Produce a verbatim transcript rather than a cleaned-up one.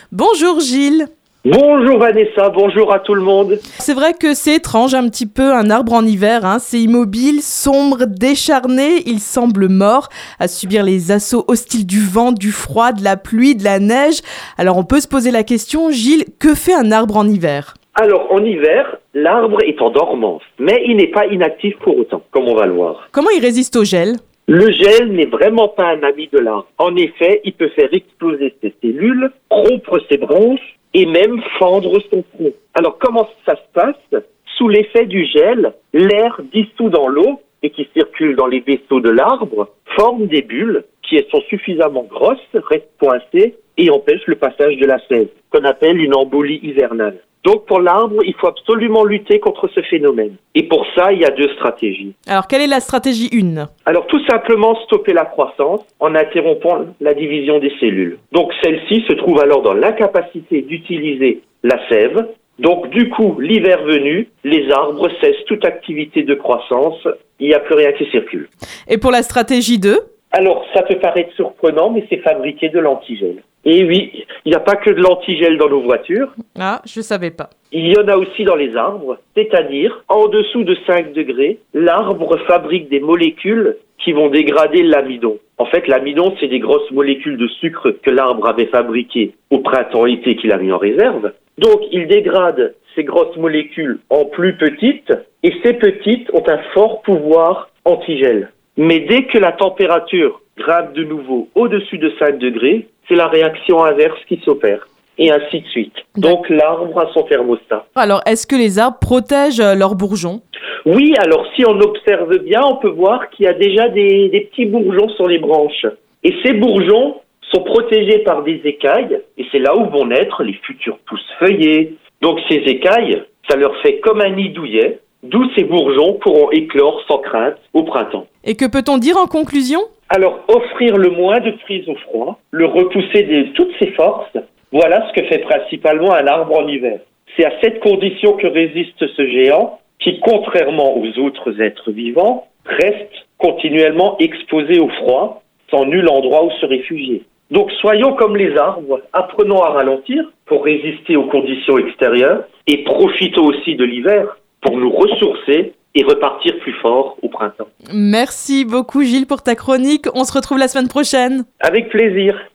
Bonjour Gilles. Bonjour Vanessa, bonjour à tout le monde. C'est vrai que c'est étrange un petit peu un arbre en hiver, hein. C'est immobile, sombre, décharné, il semble mort, à subir les assauts hostiles du vent, du froid, de la pluie, de la neige. Alors on peut se poser la question, Gilles, que fait un arbre en hiver ? Alors en hiver, l'arbre est en dormance, mais il n'est pas inactif pour autant, comme on va le voir. Comment il résiste au gel ? Le gel n'est vraiment pas un ami de l'arbre. En effet, il peut faire exploser ses cellules, rompre ses branches et même fendre son tronc. Alors comment ça se passe ? Sous l'effet du gel, l'air dissous dans l'eau et qui circule dans les vaisseaux de l'arbre forme des bulles qui sont suffisamment grosses, restent coincées et empêchent le passage de la sève, qu'on appelle une embolie hivernale. Donc pour l'arbre, il faut absolument lutter contre ce phénomène. Et pour ça, il y a deux stratégies. Alors quelle est la stratégie un ? Alors tout simplement stopper la croissance en interrompant la division des cellules. Donc celle-ci se trouve alors dans l'incapacité d'utiliser la sève. Donc du coup, l'hiver venu, les arbres cessent toute activité de croissance, il n'y a plus rien qui circule. Et pour la stratégie deux ? Alors ça peut paraître surprenant, mais c'est fabriquer de l'antigel. Et oui, il n'y a pas que de l'antigel dans nos voitures. Ah, je savais pas. Il y en a aussi dans les arbres, c'est-à-dire, en dessous de cinq degrés, l'arbre fabrique des molécules qui vont dégrader l'amidon. En fait, l'amidon, c'est des grosses molécules de sucre que l'arbre avait fabriquées au printemps-été qu'il a mis en réserve. Donc, il dégrade ces grosses molécules en plus petites, et ces petites ont un fort pouvoir antigel. Mais dès que la température grimpe de nouveau au-dessus de cinq degrés, c'est la réaction inverse qui s'opère. Et ainsi de suite. Donc l'arbre a son thermostat. Alors, est-ce que les arbres protègent leurs bourgeons ? Oui, alors si on observe bien, on peut voir qu'il y a déjà des, des petits bourgeons sur les branches. Et ces bourgeons sont protégés par des écailles, et c'est là où vont naître les futures pousses feuillées. Donc ces écailles, ça leur fait comme un nid douillet, d'où ces bourgeons pourront éclore sans crainte au printemps. Et que peut-on dire en conclusion ? Alors, offrir le moins de prise au froid, le repousser de toutes ses forces, voilà ce que fait principalement un arbre en hiver. C'est à cette condition que résiste ce géant qui, contrairement aux autres êtres vivants, reste continuellement exposé au froid, sans nul endroit où se réfugier. Donc soyons comme les arbres, apprenons à ralentir pour résister aux conditions extérieures et profitons aussi de l'hiver pour nous ressourcer et repartir plus fort au printemps. Merci beaucoup Gilles pour ta chronique. On se retrouve la semaine prochaine. Avec plaisir.